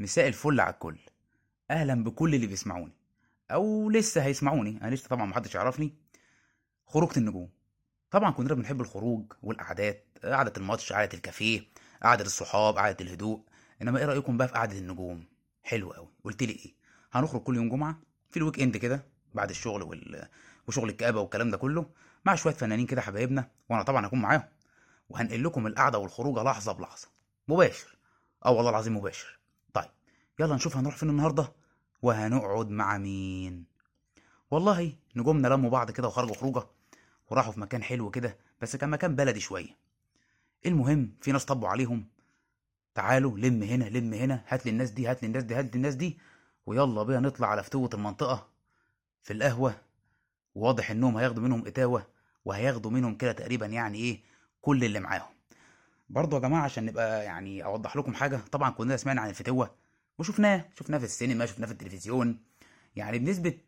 مساء الفل على الكل. اهلا بكل اللي بيسمعوني او لسه هيسمعوني. انا لسه طبعا محدش يعرفني. خروجة النجوم. طبعا كلنا بنحب الخروج والقعدات، قعدة الماتش، قعدة الكافيه، قعدة الصحاب، قعدة الهدوء. انما ايه رأيكم بقى في قعدة النجوم؟ حلو قوي. قلت لي ايه؟ هنخرج كل يوم جمعة في الويك اند كده، بعد الشغل وشغل الكآبة والكلام ده كله، مع شوية فنانين كده حبايبنا، وانا طبعا هكون معاهم. وهنقل لكم القعدة والخروجة لحظة بلحظة، مباشر. اه والله العظيم مباشر. طيب، يلا نشوف هنروح فين النهارده وهنقعد مع مين. والله نجومنا لموا بعض كده وخرجوا خروجه، وراحوا في مكان حلو كده، بس كان مكان بلدي شويه. المهم في ناس طبوا عليهم: تعالوا لم هنا لم هنا، هات لي الناس دي هات لي الناس دي هات لي الناس دي، ويلا بينا نطلع على فتوة المنطقه في القهوه. وواضح انهم هياخدوا منهم اتاوه، وهياخدوا منهم كده تقريبا يعني ايه، كل اللي معاهم. برضه يا جماعه عشان نبقى يعني اوضح لكم حاجه، طبعا كلنا سمعنا عن الفتوه وشفناه في السينما، شفناه في التلفزيون. يعني بنسبة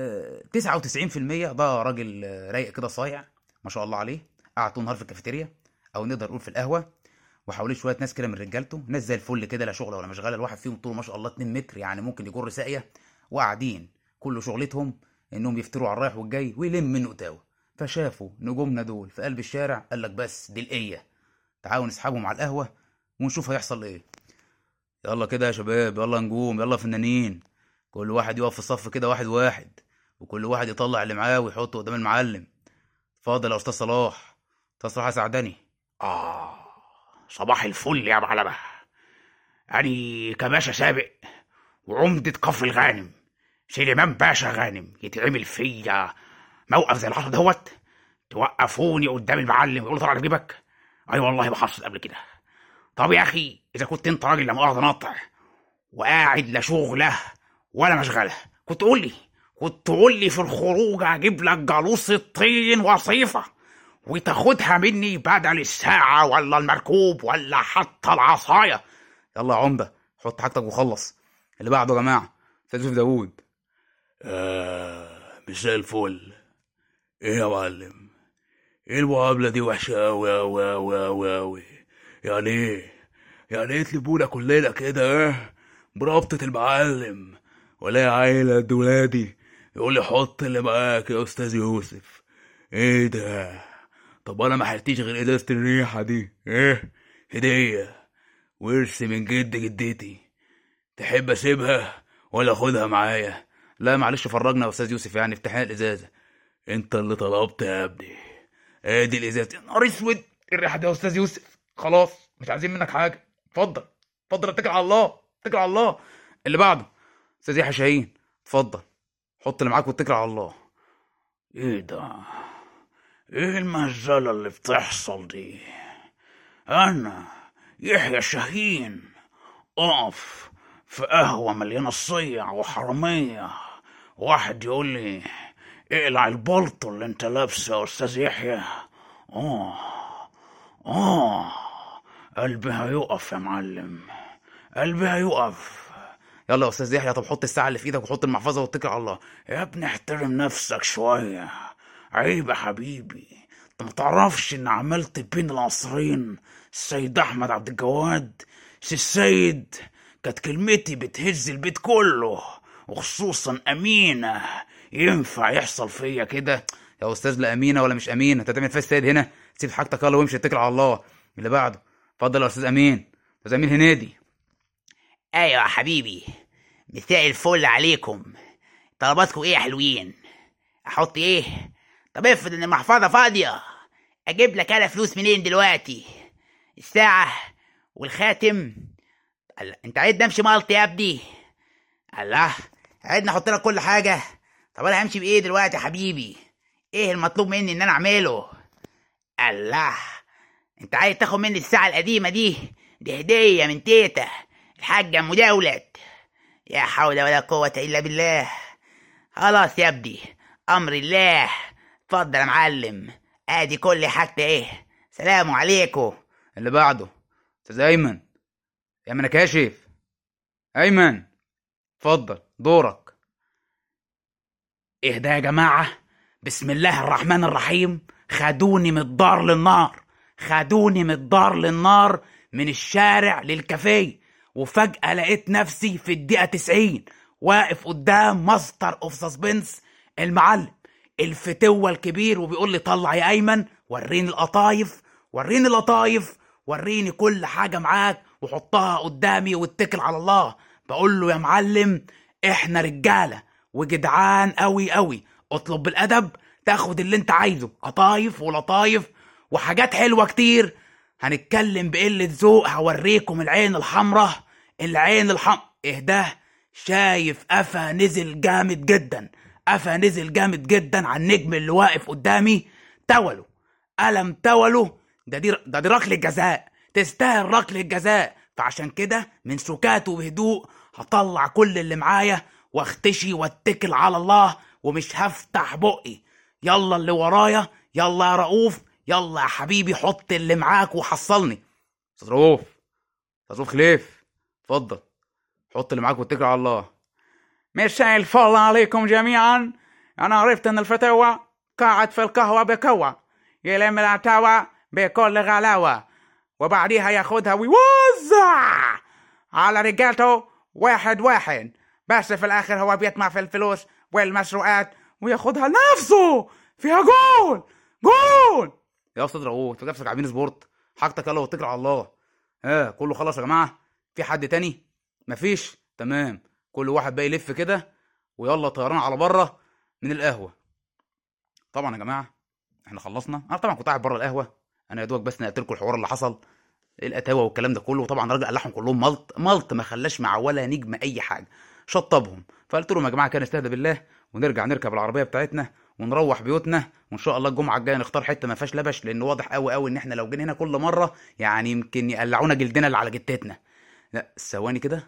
99% ده راجل رايق كده صايع، ما شاء الله عليه. قعد طول النهار في الكافيتيريا، او نقدر نقول في القهوة، وحواليه شوية ناس كده من رجالته، ناس زي الفل كده، لا شغل ولا مشغلة. الواحد فيهم طوله ما شاء الله 2 متر، يعني ممكن يجر ساقية. وقاعدين كل شغلتهم انهم يفتروا على الرايح والجاي ويلم منه قتاوة. فشافوا نجومنا دول في قلب الشارع، قال لك بس دي القية، تعالوا نسحبهم على القهوة ونشوف هيحصل ايه. يلا كده يا شباب، يلا نجوم، يلا فنانين. كل واحد يقف في الصف كده واحد واحد، وكل واحد يطلع اللي معاه ويحطه قدام المعلم. اتفضل يا استاذ صلاح. استاذ صلاح سعدني. آه، صباح الفل يا معلمة. أني كباشا سابق وعمدة كفر الغانم سليمان باشا غانم يتعمل فيا موقف زي الحصل دوت، توقفوني قدام المعلم ويقولوا طلع جيبك. أي والله ما حصل قبل كده. طب يا أخي، إذا كنت أنت راجل لا مؤاخذة ناطع وقاعد لا شغلة ولا مشغلة، كنت قول لي في الخروج أجيب لك جالوس الطين وصيفة وتاخدها مني بدل الساعة ولا المركوب ولا حتى العصاية. يلا يا عمده، حط حاجتك وخلص. اللي بعده يا جماعه، استاذ يوسف داوود. مساء الفل. ايه يا معلم؟ ايه المقابلة دي وحشة اوي اوي اوي اوي اوي. يعني ايه؟ يعني ايه تلبونا كلنا كده برابطة المعلم؟ ولا يا عيلة دولادي يقول لي حط اللي معاك يا استاذ يوسف؟ ايه ده؟ طب انا ما حلتيش غير ازازة الريحة دي، ايه هدية ورث من جد جدتي. تحب اسيبها ولا اخدها معايا؟ لا معلش، فرجنا يا استاذ يوسف، يعني افتح لنا الازازه. انت اللي طلبت يا ابني. ادي الازازة. يا نهار اسود، الريحة دي يا أستاذ يوسف. خلاص مش عايزين منك حاجة، اتفضل اتفضل، اتكل على الله اتكل على الله. اللي بعده استاذ يحيى شاهين. اتفضل، حط اللي معاك واتكل على الله. ايه ده؟ ايه المهزلة اللي بتحصل دي؟ انا يحيى شاهين اقف في قهوة مليانة صيع وحرامية، واحد يقول لي اقلع البلطو اللي انت لابسه يا استاذ يحيى؟ اه اه، قلبي هيقف يا معلم، قلبي هيقف. يلا يا استاذ يحيى، طب حط الساعه اللي في ايدك وحط المحفظه واتكل على الله. يا ابني احترم نفسك شوية، عيب يا حبيبي. انت متعرفش ان عملت بين القصرين السيد احمد عبد الجواد سي السيد؟ كانت كلمتي بتهز البيت كله، وخصوصا امينة. ينفع يحصل فيا كده؟ يا استاذ، لا امينه ولا مش امينه، انت تعمل فيها السيد هنا؟ سيب حاجتك يلا وامشي اتكل على الله. اللي بعده، اتفضل يا استاذ امين. استاذ امين هنيدي. ايوه يا حبيبي، مساء الفل عليكم. طلباتكم ايه يا حلوين؟ احط ايه؟ طب افرض ان المحفظه فاضيه، اجيب لك انا فلوس منين دلوقتي؟ الساعه والخاتم. انت عايز امشي مالط يا ابني؟ الله، عايزني احط لك كل حاجه؟ طب انا همشي بايه دلوقتي يا حبيبي؟ ايه المطلوب مني ان انا اعمله؟ الله، انت عايز تاخد مني الساعه القديمه دي هديه من تيتا الحاجه ام دولت. يا حول ولا قوه الا بالله. خلاص يا ابني، امر الله. اتفضل يا معلم، ادي كل حاجتي ايه. سلام عليكم. اللي بعده، استاذ ايمن. يا ايمن يا كاشف. ايمن، اتفضل دورك. ايه ده يا جماعة؟ بسم الله الرحمن الرحيم. خدوني من الدار للنار، خدوني من الدار للنار، من الشارع للكافيه، وفجأة لقيت نفسي في الدقيقة 90 واقف قدام ماستر اوف سسبنس المعلم الفتوة الكبير، وبيقول لي طلع يا ايمن وريني القطايف، وريني اللطايف، وريني كل حاجة معاك وحطها قدامي واتكل على الله. بقول له يا معلم احنا رجالة وجدعان قوي قوي، اطلب بالادب تاخد اللي انت عايزه، قطايف ولطايف وحاجات حلوة كتير. هنتكلم بقلة ذوق، هوريكم العين الحمراء. العين الحمراء اهداه، شايف قفا نزل جامد جدا، قفا نزل جامد جدا على النجم اللي واقف قدامي. توله قلم توله، دي ركلة جزاء، تستاهل ركلة جزاء. فعشان كده من سكات وبهدوء هطلع كل اللي معايا واختشي واتكل على الله ومش هفتح بقي. يلا اللي ورايا، يلا يا رؤوف، يلا يا حبيبي حط اللي معاك وحصلني. استاذ رؤوف، استاذ رؤوف خليف، اتفضل حط اللي معاك واتكل على الله. مساء الفل عليكم جميعا. انا عرفت ان الفتوة قاعد في القهوة بقوة، يلم العتاوة بكل غلاوة وبعديها ياخدها ويوزع على رجالته واحد واحد، بس في الاخر هو بيطمع في الفلوس والمسروقات وياخدها لنفسه فيها جول جول. يا استاذ رؤوف انت نفسك عاملين سبورت، حاجتك يلا واتكل على الله. كله خلاص يا جماعه؟ في حد تاني؟ مفيش؟ تمام، كل واحد بقى يلف كده ويلا طيران على بره من القهوه. طبعا يا جماعه احنا خلصنا. انا طبعا كنت قاعد بره القهوه، انا يا دوبك بس نقلت لكم الحوار اللي حصل، الاتاوه والكلام ده كله. وطبعا الراجل قلعهم كلهم ملط ما خلاش مع ولا نجم اي حاجه، شطبهم. فقلت لهم يا جماعه كان استهدى بالله ونرجع نركب العربيه بتاعتنا ونروح بيوتنا، وان شاء الله الجمعه الجايه نختار حته ما فيهاش لبش، لان واضح قوي قوي ان احنا لو جينا هنا كل مره يعني يمكن يقلعونا جلدنا اللي على جتتنا. لا ثواني كده،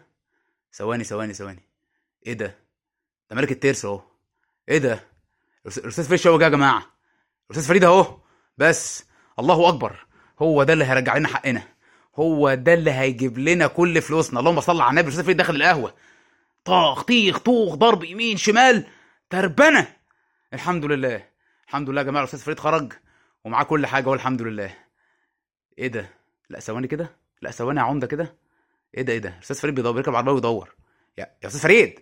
ثواني. ايه ده ملك الترس اهو. ايه ده الاستاذ فريد اهو يا جماعه، الاستاذ فريد اهو. بس الله اكبر، هو ده اللي هيرجع لنا حقنا، هو ده اللي هيجيب لنا كل فلوسنا. اللهم صل على النبي. الاستاذ فريد داخل القهوه، طاخ طيخ طوخ ضرب يمين شمال تربنه. الحمد لله الحمد لله يا جماعه، الاستاذ فريد خرج ومعاه كل حاجه والحمد لله. ايه ده؟ لا ثواني كده، لا ثواني يا عمده كده. ايه ده الاستاذ فريد بيركب العربيه ويدور. يا استاذ فريد،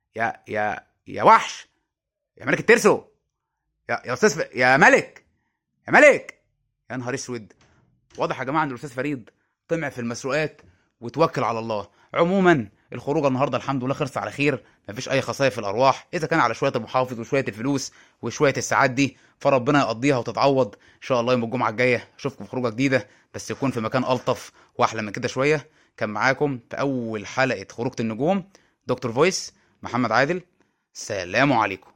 يا وحش، يا ملك الترسو، يا استاذ يا ملك، يا ملك. يا نهار اسود، واضح يا جماعه ان الاستاذ فريد طمع في المسروقات وتوكل على الله. عموما الخروج النهارده الحمد لله خلص على خير، مفيش اي خسائر في الارواح، اذا كان على شويه المحافظ وشويه الفلوس وشويه الساعات دي فربنا يقضيها وتتعوض ان شاء الله. يوم الجمعه الجايه اشوفكم في خروجه جديده، بس يكون في مكان الطف واحلى من كده شويه. كان معاكم في اول حلقه خروجه النجوم دكتور فويس محمد عادل. سلام عليكم.